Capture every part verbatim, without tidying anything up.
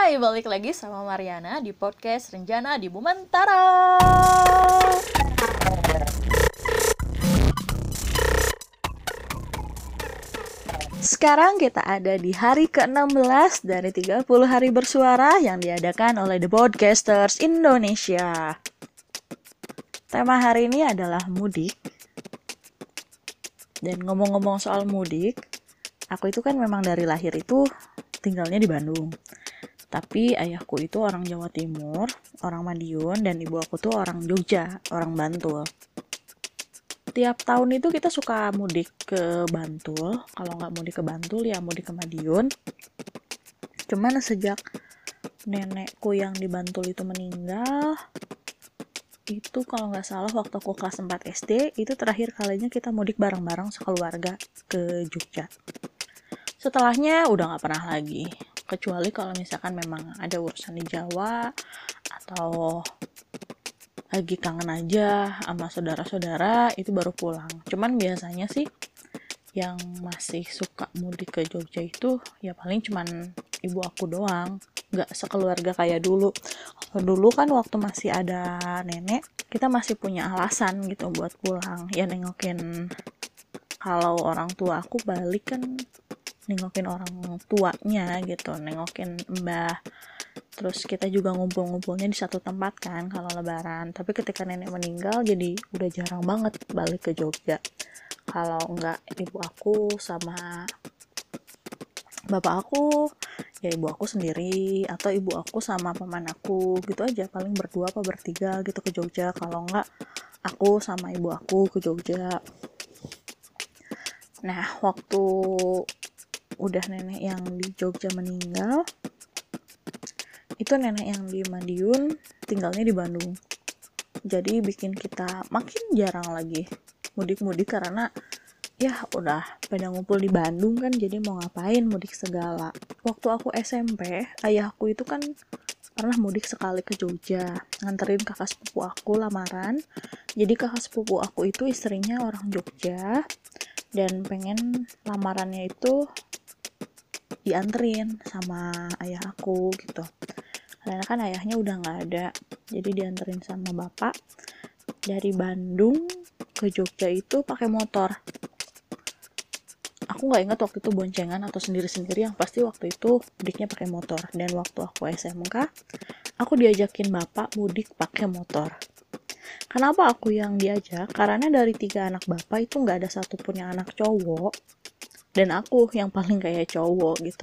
Hai, balik lagi sama Mariana di podcast Renjana di Bumentara. Sekarang kita ada di hari ke enam belas dari tiga puluh hari bersuara yang diadakan oleh The Podcasters Indonesia. Tema hari ini adalah mudik. Dan ngomong-ngomong soal mudik, aku itu kan memang dari lahir itu tinggalnya di Bandung. Tapi ayahku itu orang Jawa Timur, orang Madiun, dan ibu aku tuh orang Jogja, orang Bantul. Tiap tahun itu kita suka mudik ke Bantul. Kalau nggak mudik ke Bantul, ya mudik ke Madiun. Cuman sejak nenekku yang di Bantul itu meninggal, itu kalau nggak salah waktu aku kelas empat S D, itu terakhir kalinya kita mudik bareng-bareng sekeluarga ke Jogja. Setelahnya udah nggak pernah lagi. Kecuali kalau misalkan memang ada urusan di Jawa atau lagi kangen aja sama saudara-saudara, itu baru pulang. Cuman biasanya sih yang masih suka mudik ke Jogja itu ya paling cuman ibu aku doang, nggak sekeluarga kayak dulu. Kalau dulu kan waktu masih ada nenek, kita masih punya alasan gitu buat pulang, ya nengokin. Kalau orang tua aku balik kan nengokin orang tuanya gitu, nengokin mbah. Terus kita juga ngumpul-ngumpulnya di satu tempat kan kalau lebaran. Tapi ketika nenek meninggal jadi udah jarang banget balik ke Jogja. Kalau enggak ibu aku sama bapak aku, ya ibu aku sendiri, atau ibu aku sama paman aku, gitu aja. Paling berdua apa bertiga gitu ke Jogja. Kalau enggak aku sama ibu aku ke Jogja. Nah, waktu udah nenek yang di Jogja meninggal, itu nenek yang di Madiun tinggalnya di Bandung. Jadi bikin kita makin jarang lagi mudik-mudik karena ya udah pada ngumpul di Bandung kan, jadi mau ngapain mudik segala. Waktu aku S M P, ayahku itu kan pernah mudik sekali ke Jogja, nganterin kakak sepupu aku lamaran. Jadi kakak sepupu aku itu istrinya orang Jogja dan pengen lamarannya itu dianterin sama ayah aku gitu. Karena kan ayahnya udah nggak ada, jadi dianterin sama bapak dari Bandung ke Jogja itu pakai motor. Aku nggak ingat waktu itu boncengan atau sendiri-sendiri, yang pasti waktu itu mudiknya pakai motor. Dan waktu aku S M K, aku diajakin bapak mudik pakai motor. Kenapa aku yang diajak? Karena dari tiga anak bapak itu nggak ada satupun yang anak cowok, dan aku yang paling kayak cowok gitu.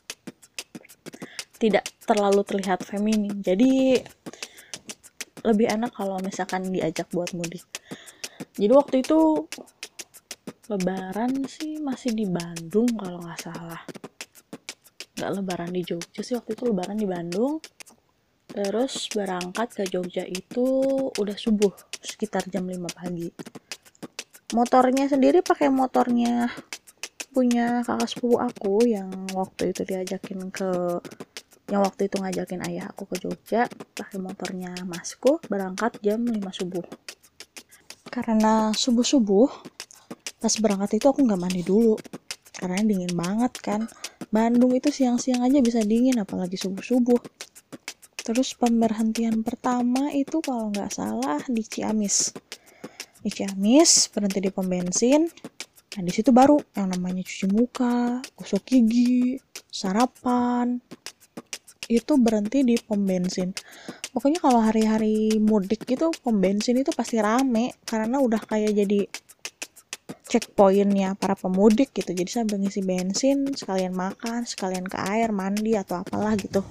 Tidak terlalu terlihat feminin, jadi lebih enak kalau misalkan diajak buat mudik. Jadi waktu itu lebaran sih masih di Bandung kalau nggak salah, nggak lebaran di Jogja sih, waktu itu lebaran di Bandung. Terus berangkat ke Jogja itu udah subuh, sekitar jam lima pagi. Motornya sendiri pakai motornya punya kakak sepupu aku yang waktu itu diajakin ke yang waktu itu ngajakin ayah aku ke Jogja, pakai motornya masku, berangkat jam lima subuh. Karena subuh-subuh pas berangkat itu aku nggak mandi dulu karena dingin banget kan. Bandung itu siang-siang aja bisa dingin, apalagi subuh-subuh. Terus pemberhentian pertama itu kalau nggak salah di Ciamis. Di Ciamis berhenti di pom bensin. Nah di situ baru yang namanya cuci muka, gosok gigi, sarapan, itu berhenti di pom bensin. Pokoknya kalau hari-hari mudik gitu pom bensin itu pasti rame karena udah kayak jadi checkpointnya para pemudik gitu. Jadi sambil ngisi bensin sekalian makan, sekalian ke air mandi atau apalah gitu.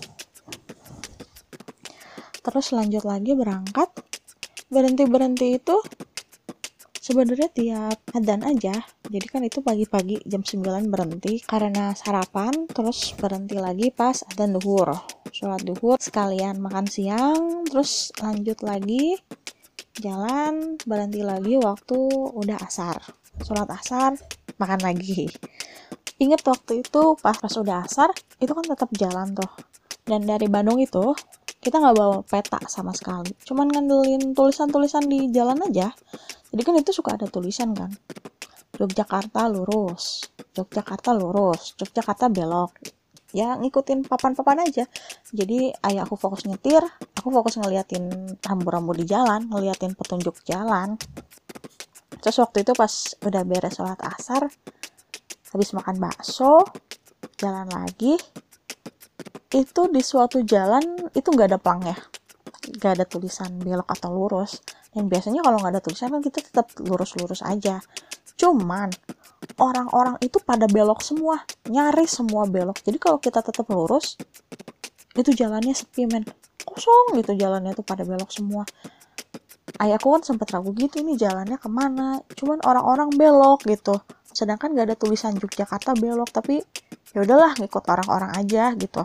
Terus lanjut lagi berangkat. Berhenti-berhenti itu sebenarnya tiap adzan aja. Jadi kan itu pagi-pagi jam sembilan berhenti karena sarapan, terus berhenti lagi pas adzan duhur. Sholat duhur sekalian makan siang, terus lanjut lagi jalan, berhenti lagi waktu udah asar. Sholat asar, makan lagi. Ingat waktu itu pas pas udah asar, itu kan tetap jalan tuh. Dan dari Bandung itu kita nggak bawa peta sama sekali, cuman ngandelin tulisan-tulisan di jalan aja. Jadi kan itu suka ada tulisan kan, Yogyakarta lurus, Yogyakarta lurus, Yogyakarta belok. ya ngikutin papan-papan aja. Jadi ayah aku fokus nyetir, aku fokus ngeliatin rambu-rambu di jalan, ngeliatin petunjuk jalan. Terus waktu itu pas udah beres sholat asar, habis makan bakso, jalan lagi, itu di suatu jalan itu nggak ada pelangnya, nggak ada tulisan belok atau lurus. Dan biasanya kalau nggak ada tulisan kan kita tetap lurus-lurus aja. Cuman orang-orang itu pada belok semua, nyaris semua belok. Jadi kalau kita tetap lurus, itu jalannya sepi men, kosong gitu jalannya tuh, pada belok semua. Ayahku kan sempet ragu gitu, ini jalannya kemana, cuman orang-orang belok gitu, sedangkan gak ada tulisan Yogyakarta belok. Tapi ya udahlah, ngikut orang-orang aja gitu.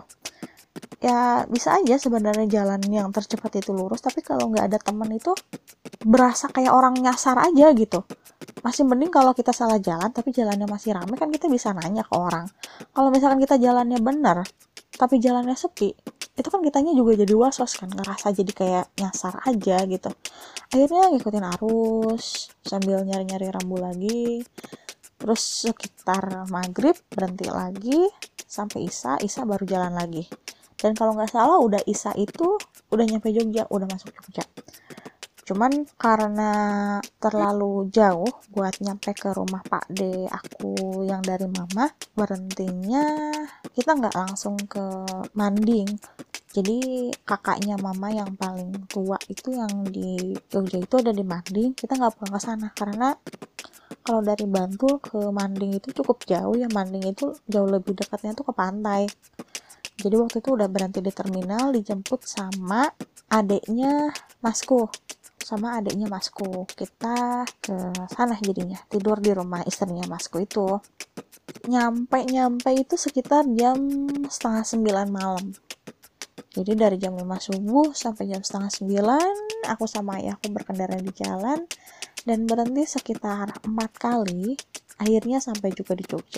Ya bisa aja sebenarnya jalan yang tercepat itu lurus, tapi kalau nggak ada temen itu berasa kayak orang nyasar aja gitu. Masih mending kalau kita salah jalan tapi jalannya masih rame, kan kita bisa nanya ke orang. Kalau misalkan kita jalannya bener tapi jalannya sepi, itu kan kitanya juga jadi was-was kan, ngerasa jadi kayak nyasar aja gitu. Akhirnya ngikutin arus sambil nyari-nyari rambu lagi. Terus sekitar maghrib berhenti lagi sampai isya, isya baru jalan lagi. Dan kalau nggak salah udah isya itu udah nyampe Jogja, udah masuk Jogja. Cuman karena terlalu jauh buat nyampe ke rumah Pak D aku yang dari mama, berhentinya kita nggak langsung ke Manding. Jadi kakaknya mama yang paling tua itu yang di Jogja itu ada di Manding. Kita nggak pulang ke sana karena kalau dari Bantul ke Manding itu cukup jauh ya. Manding itu jauh lebih dekatnya tuh ke pantai. Jadi waktu itu udah berhenti di terminal, dijemput sama adeknya Masku. Sama adeknya Masku. Kita ke sana jadinya, tidur di rumah istrinya Masku itu. Nyampe-nyampe itu sekitar jam setengah sembilan malam. Jadi dari jam lima subuh sampai jam setengah sembilan, aku sama ayahku berkendara di jalan. Dan berhenti sekitar empat kali, akhirnya sampai juga di Jogja.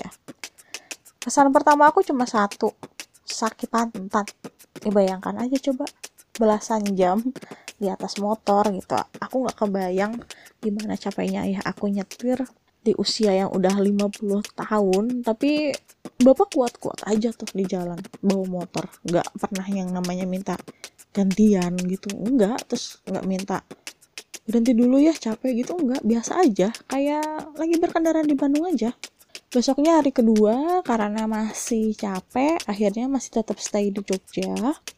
Kesan pertama aku cuma satu, sakit pantat. Ya bayangkan aja coba, belasan jam di atas motor gitu. Aku gak kebayang gimana capeknya ayah aku nyetir di usia yang udah lima puluh tahun, tapi bapak kuat-kuat aja tuh di jalan bawa motor. Gak pernah yang namanya minta gantian gitu, enggak. Terus gak minta berhenti dulu ya, capek gitu, enggak. Biasa aja, kayak lagi berkendara di Bandung aja. Besoknya hari kedua, karena masih capek, akhirnya masih tetap stay di Jogja.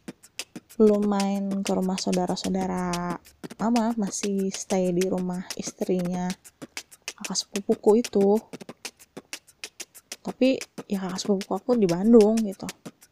Belum main ke rumah saudara-saudara mama, masih stay di rumah istrinya kakak sepupuku itu. Tapi ya kakak sepupuku aku di Bandung gitu.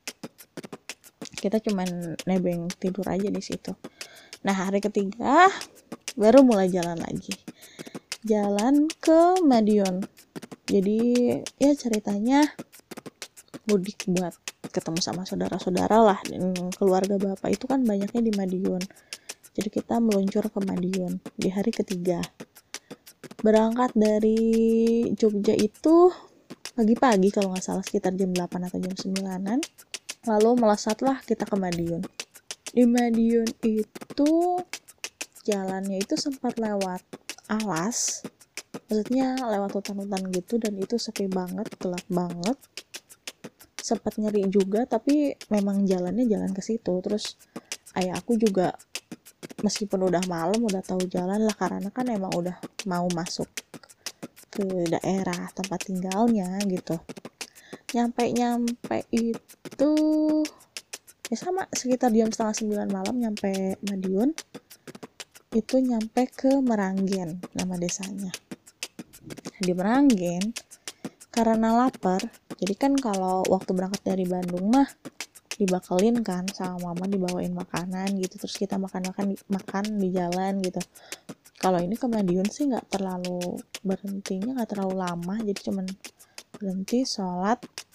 Kita cuman nebeng tidur aja di situ. Nah, hari ketiga baru mulai jalan lagi. Jalan ke Madiun. Jadi ya ceritanya mudik buat ketemu sama saudara-saudara lah, dan keluarga bapak itu kan banyaknya di Madiun. Jadi kita meluncur ke Madiun di hari ketiga. Berangkat dari Jogja itu pagi-pagi kalau nggak salah, sekitar jam delapan atau jam sembilanan. Lalu melesatlah kita ke Madiun. Di Madiun itu jalannya itu sempat lewat alas, maksudnya lewat hutan-hutan gitu, dan itu sepi banget, gelap banget, sempat nyeri juga, tapi memang jalannya jalan ke situ. Terus ayah aku juga meskipun udah malam udah tahu jalan lah, karena kan emang udah mau masuk ke daerah tempat tinggalnya gitu. Nyampe-nyampe itu ya sama sekitar jam setengah sembilan malam nyampe Madiun. Itu nyampe ke Meranggen, nama desanya. Di Meranggen, karena lapar, jadi kan kalau waktu berangkat dari Bandung mah dibakalin kan sama mama, dibawain makanan gitu, terus kita makan-makan makan di jalan gitu. Kalau ini ke Madiun sih nggak terlalu berhentinya, nggak terlalu lama, jadi cuman berhenti sholat,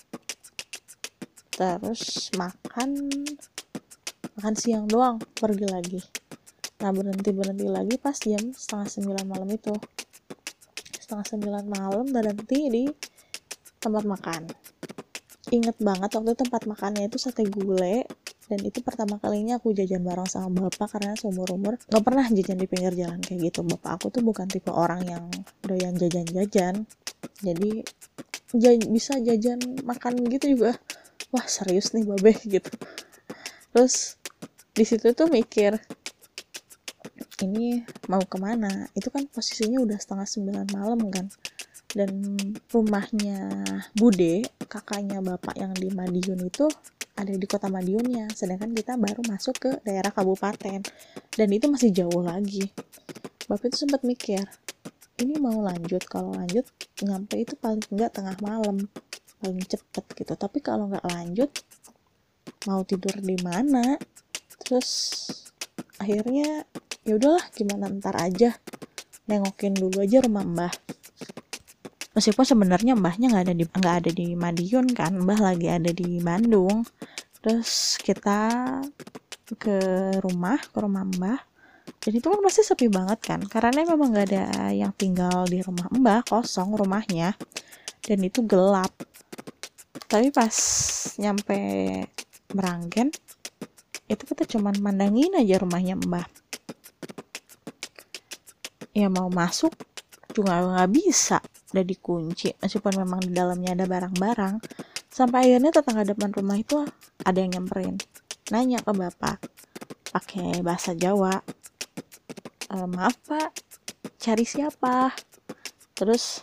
terus makan makan siang doang, pergi lagi. Nah, berhenti-berhenti lagi pas jam setengah sembilan malam itu. Setengah sembilan malam berhenti di tempat makan. Ingat banget waktu tempat makannya itu sate gulai. Dan itu pertama kalinya aku jajan bareng sama bapak, karena seumur-umur gak pernah jajan di pinggir jalan kayak gitu. Bapak aku tuh bukan tipe orang yang doyan jajan-jajan. Jadi j- bisa jajan makan gitu juga wah serius nih babe gitu. Terus di situ tuh mikir, ini mau kemana? Itu kan posisinya udah setengah sembilan malam kan, dan rumahnya Bude, kakaknya bapak yang di Madiun itu ada di kota Madiunnya, sedangkan kita baru masuk ke daerah kabupaten dan itu masih jauh lagi. Bapak itu sempat mikir, ini mau lanjut, kalau lanjut nyampe itu paling enggak tengah malam paling cepet gitu, tapi kalau nggak lanjut mau tidur di mana? Terus akhirnya ya udahlah, gimana ntar aja, nengokin dulu aja rumah Mbah. Meskipun sebenarnya Mbahnya nggak ada di nggak ada di Madiun kan, Mbah lagi ada di Bandung. Terus kita ke rumah ke rumah Mbah, dan itu kan pasti sepi banget kan, karena memang nggak ada yang tinggal di rumah Mbah, kosong rumahnya dan itu gelap. Tapi pas nyampe Meranggen itu kita cuman mandangin aja rumahnya Mbah. Ya mau masuk juga nggak bisa, udah dikunci meskipun memang di dalamnya ada barang-barang. Sampai akhirnya tetangga depan rumah itu ada yang nyamperin, nanya ke bapak pakai bahasa Jawa, e, maaf pak, cari siapa? Terus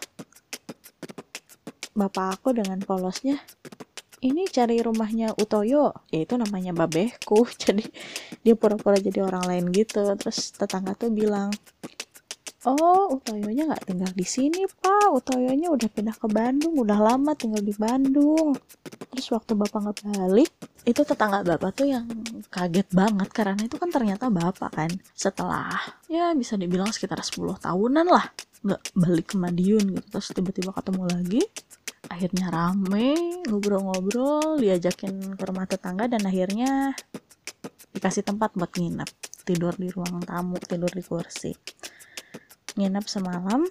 bapak aku dengan polosnya, ini cari rumahnya Utoyo, yaitu namanya babehku. Jadi dia pura-pura jadi orang lain gitu. Terus tetangga tuh bilang, oh Utoyonya nggak tinggal di sini pak, Utoyonya udah pindah ke Bandung, udah lama tinggal di Bandung. Terus waktu bapak nggak balik, itu tetangga bapak tuh yang kaget banget, karena itu kan ternyata bapak kan setelah ya bisa dibilang sekitar sepuluh tahunan lah nggak balik ke Madiun gitu. Terus tiba-tiba ketemu lagi, akhirnya rame, ngobrol-ngobrol, diajakin ke rumah tetangga, dan akhirnya dikasih tempat buat nginep, tidur di ruang tamu, tidur di kursi, nginep semalam.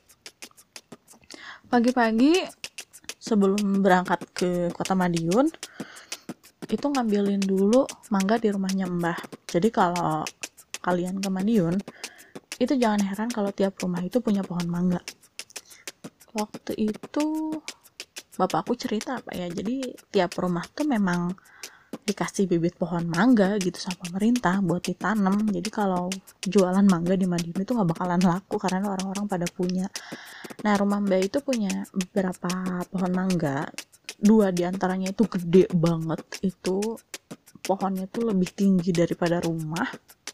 Pagi-pagi sebelum berangkat ke kota Madiun itu ngambilin dulu mangga di rumahnya Mbah. Jadi kalau kalian ke Madiun itu jangan heran kalau tiap rumah itu punya pohon mangga. Waktu itu bapakku cerita apa ya, jadi tiap rumah tuh memang dikasih bibit pohon mangga gitu sama pemerintah buat ditanam. Jadi kalau jualan mangga di Madiun itu nggak bakalan laku karena orang-orang pada punya. Nah rumah Mbak itu punya beberapa pohon mangga, dua diantaranya itu gede banget, itu pohonnya tuh lebih tinggi daripada rumah,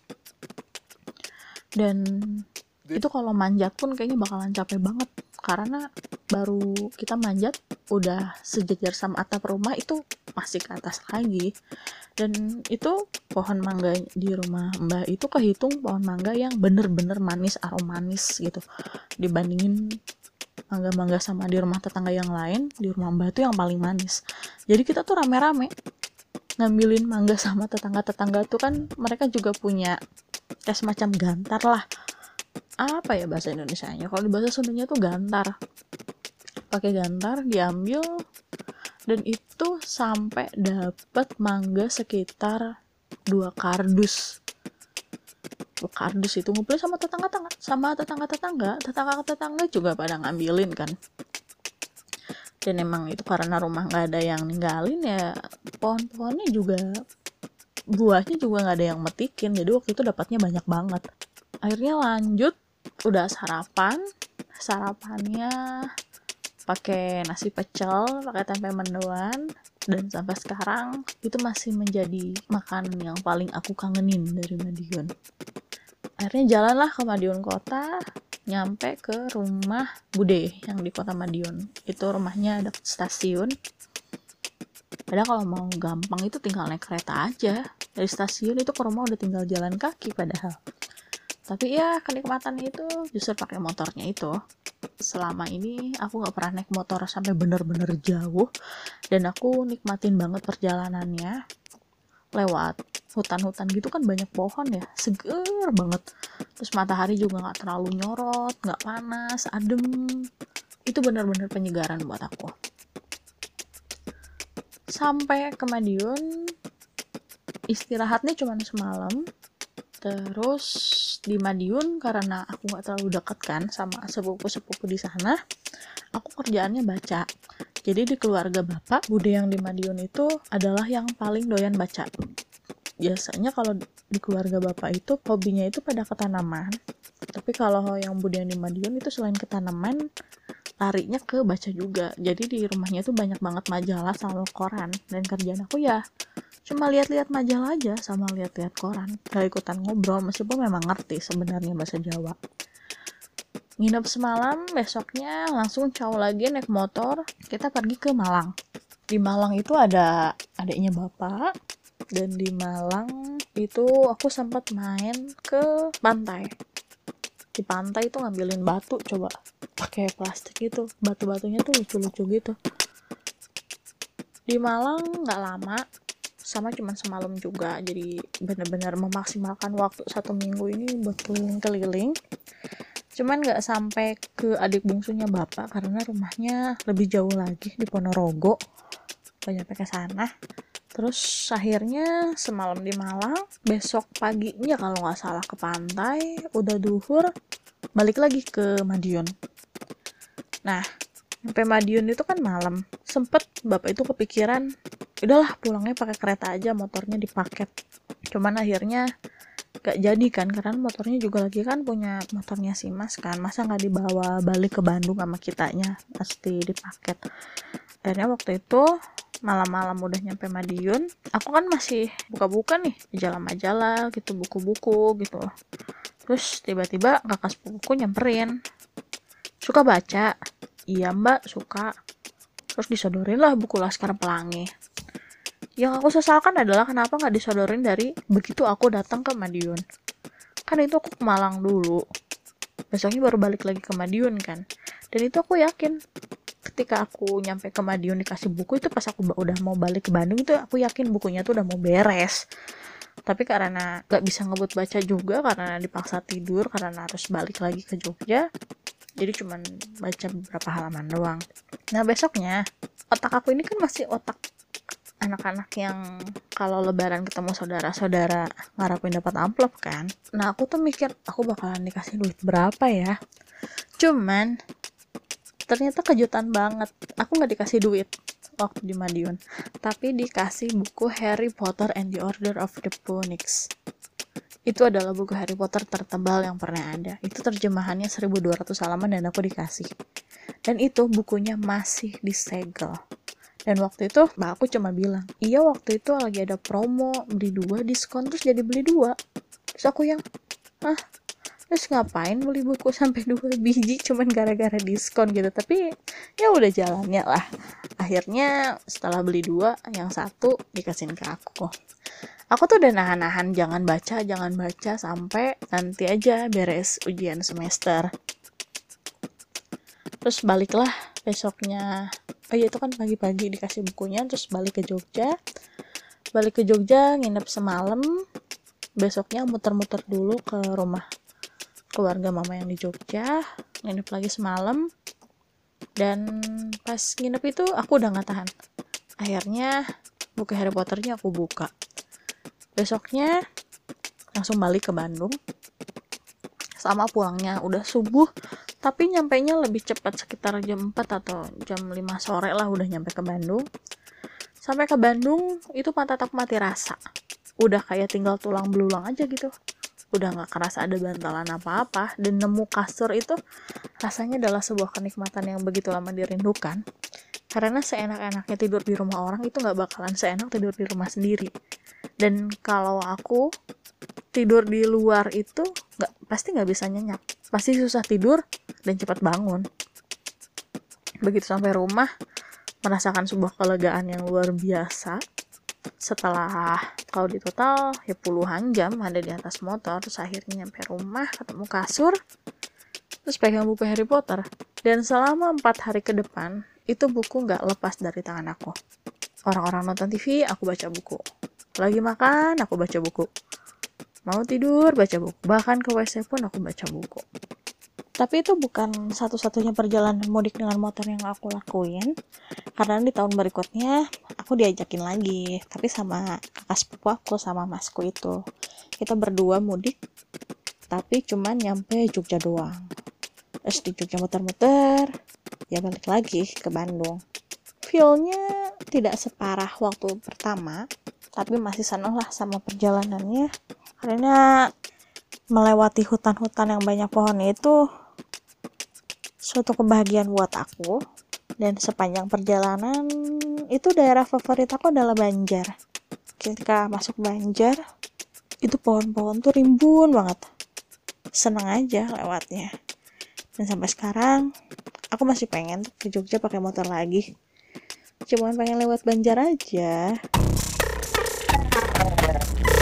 dan itu kalau manjat pun kayaknya bakalan capek banget, karena baru kita manjat udah sejajar sama atap rumah, itu masih ke atas lagi. Dan itu pohon mangga di rumah Mbak itu kehitung pohon mangga yang bener-bener manis, aromanis gitu, dibandingin mangga-mangga sama di rumah tetangga yang lain. Di rumah Mbak itu yang paling manis. Jadi kita tuh rame-rame ngambilin mangga sama tetangga-tetangga tuh kan, mereka juga punya kayak semacam gantar lah, apa ya bahasa Indonesianya, kalau di bahasa Sundanya tuh gantar, pakai gantar diambil, dan itu sampai dapat mangga sekitar dua kardus. Dua kardus itu ngumpul sama tetangga-tetangga, sama tetangga-tetangga, tetangga-tetangga juga pada ngambilin kan. Dan emang itu karena rumah nggak ada yang ninggalin ya, pohon-pohonnya juga, buahnya juga nggak ada yang metikin, jadi waktu itu dapatnya banyak banget. Akhirnya lanjut, udah sarapan, sarapannya pakai nasi pecel, pakai tempe mendoan, dan sampai sekarang itu masih menjadi makanan yang paling aku kangenin dari Madiun. Akhirnya jalanlah ke Madiun kota, nyampe ke rumah Bude yang di kota Madiun. Itu rumahnya dekat stasiun. Padahal kalau mau gampang itu tinggal naik kereta aja, dari stasiun itu ke rumah udah tinggal jalan kaki padahal. Tapi ya kenikmatan itu justru pakai motornya itu. Selama ini aku gak pernah naik motor sampai bener-bener jauh, dan aku nikmatin banget perjalanannya. Lewat hutan-hutan gitu kan banyak pohon ya, seger banget. Terus matahari juga gak terlalu nyorot, gak panas, adem. Itu bener-bener penyegaran buat aku. Sampai ke Madiun, istirahatnya cuma semalam. Terus di Madiun, karena aku gak terlalu dekat kan sama sepupu-sepupu di sana, aku kerjaannya baca. Jadi di keluarga bapak, bude yang di Madiun itu adalah yang paling doyan baca. Biasanya kalau di keluarga bapak itu hobinya itu pada ketanaman. Tapi kalau yang bude yang di Madiun itu selain ketanaman, larinya ke baca juga. Jadi di rumahnya itu banyak banget majalah sama koran. Dan kerjaan aku ya cuma lihat-lihat majalah aja sama lihat-lihat koran. Gak ikutan ngobrol meskipun memang ngerti sebenarnya bahasa Jawa. Nginep semalam, besoknya langsung caw lagi naik motor, kita pergi ke Malang. Di Malang itu ada adiknya bapak, dan di Malang itu aku sempat main ke pantai. Di pantai itu ngambilin batu, coba pakai plastik itu, batu-batunya tuh lucu-lucu gitu. Di Malang nggak lama, sama cuman semalam juga, jadi benar-benar memaksimalkan waktu satu minggu ini buat keliling-keliling. Cuman gak sampai ke adik bungsunya bapak karena rumahnya lebih jauh lagi di Ponorogo, gak nyampe ke sana. Terus akhirnya semalam di Malang, besok paginya kalau gak salah ke pantai, udah duhur, balik lagi ke Madiun. Nah, sampai Madiun itu kan malam, sempet bapak itu kepikiran, udahlah pulangnya pakai kereta aja, motornya dipaket. Cuman akhirnya gak jadi kan, karena motornya juga lagi kan punya motornya si Mas kan, masa gak dibawa balik ke Bandung sama kitanya, pasti dipaket. Akhirnya waktu itu malam-malam udah nyampe Madiun, aku kan masih buka-buka nih majalah-majalah gitu, buku-buku gitu. Terus tiba-tiba kakak sepupuku nyamperin, suka baca? Iya mbak, suka. Terus disodorin lah buku Laskar Pelangi. Yang aku sesalkan adalah kenapa gak disodorin dari begitu aku datang ke Madiun. Kan itu aku ke Malang dulu, besoknya baru balik lagi ke Madiun kan. Dan itu aku yakin ketika aku nyampe ke Madiun dikasih buku itu, pas aku udah mau balik ke Bandung itu aku yakin bukunya tuh udah mau beres. Tapi karena gak bisa ngebut baca juga, karena dipaksa tidur karena harus balik lagi ke Jogja, jadi cuman baca beberapa halaman doang. Nah besoknya, otak aku ini kan masih otak anak-anak yang kalau lebaran ketemu saudara-saudara ngarepin dapat amplop kan. Nah aku tuh mikir, aku bakalan dikasih duit berapa ya. Cuman ternyata kejutan banget, aku gak dikasih duit waktu di Madiun, tapi dikasih buku Harry Potter and the Order of the Phoenix. Itu adalah buku Harry Potter tertebal yang pernah ada. Itu terjemahannya seribu dua ratus halaman dan aku dikasih. Dan itu bukunya masih disegel. Dan waktu itu mbak aku cuma bilang, iya waktu itu lagi ada promo, beli dua diskon, terus jadi beli dua. Terus aku yang, ah, terus ngapain beli buku sampai dua biji cuman gara-gara diskon gitu. Tapi ya udah jalannya lah. Akhirnya setelah beli dua, yang satu dikasihin ke aku. Aku tuh udah nahan-nahan jangan baca, jangan baca sampai nanti aja beres ujian semester. Terus baliklah besoknya. Oh iya, itu kan pagi-pagi dikasih bukunya, terus balik ke Jogja. Balik ke Jogja, nginep semalam. Besoknya muter-muter dulu ke rumah keluarga mama yang di Jogja. Nginep lagi semalam. Dan pas nginep itu aku udah gak tahan. Akhirnya buku Harry Potternya aku buka. Besoknya langsung balik ke Bandung. Sama pulangnya udah subuh, tapi nyampainya lebih cepat, sekitar jam empat atau jam lima sore lah udah nyampe ke Bandung. Sampai ke Bandung itu pantat aku mati rasa, udah kayak tinggal tulang belulang aja gitu, udah gak kerasa ada bantalan apa-apa. Dan nemu kasur itu rasanya adalah sebuah kenikmatan yang begitu lama dirindukan, karena seenak-enaknya tidur di rumah orang itu gak bakalan seenak tidur di rumah sendiri. Dan kalau aku tidur di luar itu nggak, pasti nggak bisa nyenyak, pasti susah tidur dan cepat bangun. Begitu sampai rumah, merasakan sebuah kelegaan yang luar biasa. Setelah kalau di total ya puluhan jam ada di atas motor, terus akhirnya nyampe rumah, ketemu kasur, terus pegang buku Harry Potter. Dan selama empat hari ke depan itu buku nggak lepas dari tangan aku. Orang-orang nonton T V, aku baca buku. Lagi makan, aku baca buku. Mau tidur, baca buku. Bahkan ke W C pun aku baca buku. Tapi itu bukan satu-satunya perjalanan mudik dengan motor yang aku lakuin. Karena di tahun berikutnya, aku diajakin lagi. Tapi sama kakak sepupu aku, sama masku itu. Kita berdua mudik, tapi cuman nyampe Jogja doang. Terus di Jogja muter-muter, ya balik lagi ke Bandung. feel-nya tidak separah waktu pertama, tapi masih seneng lah sama perjalanannya. Karena melewati hutan-hutan yang banyak pohon itu suatu kebahagiaan buat aku. Dan sepanjang perjalanan itu daerah favorit aku adalah Banjar. Ketika masuk Banjar, itu pohon-pohon tuh rimbun banget. Seneng aja lewatnya. Dan sampai sekarang aku masih pengen ke Jogja pakai motor lagi. Cuma pengen lewat Banjar aja.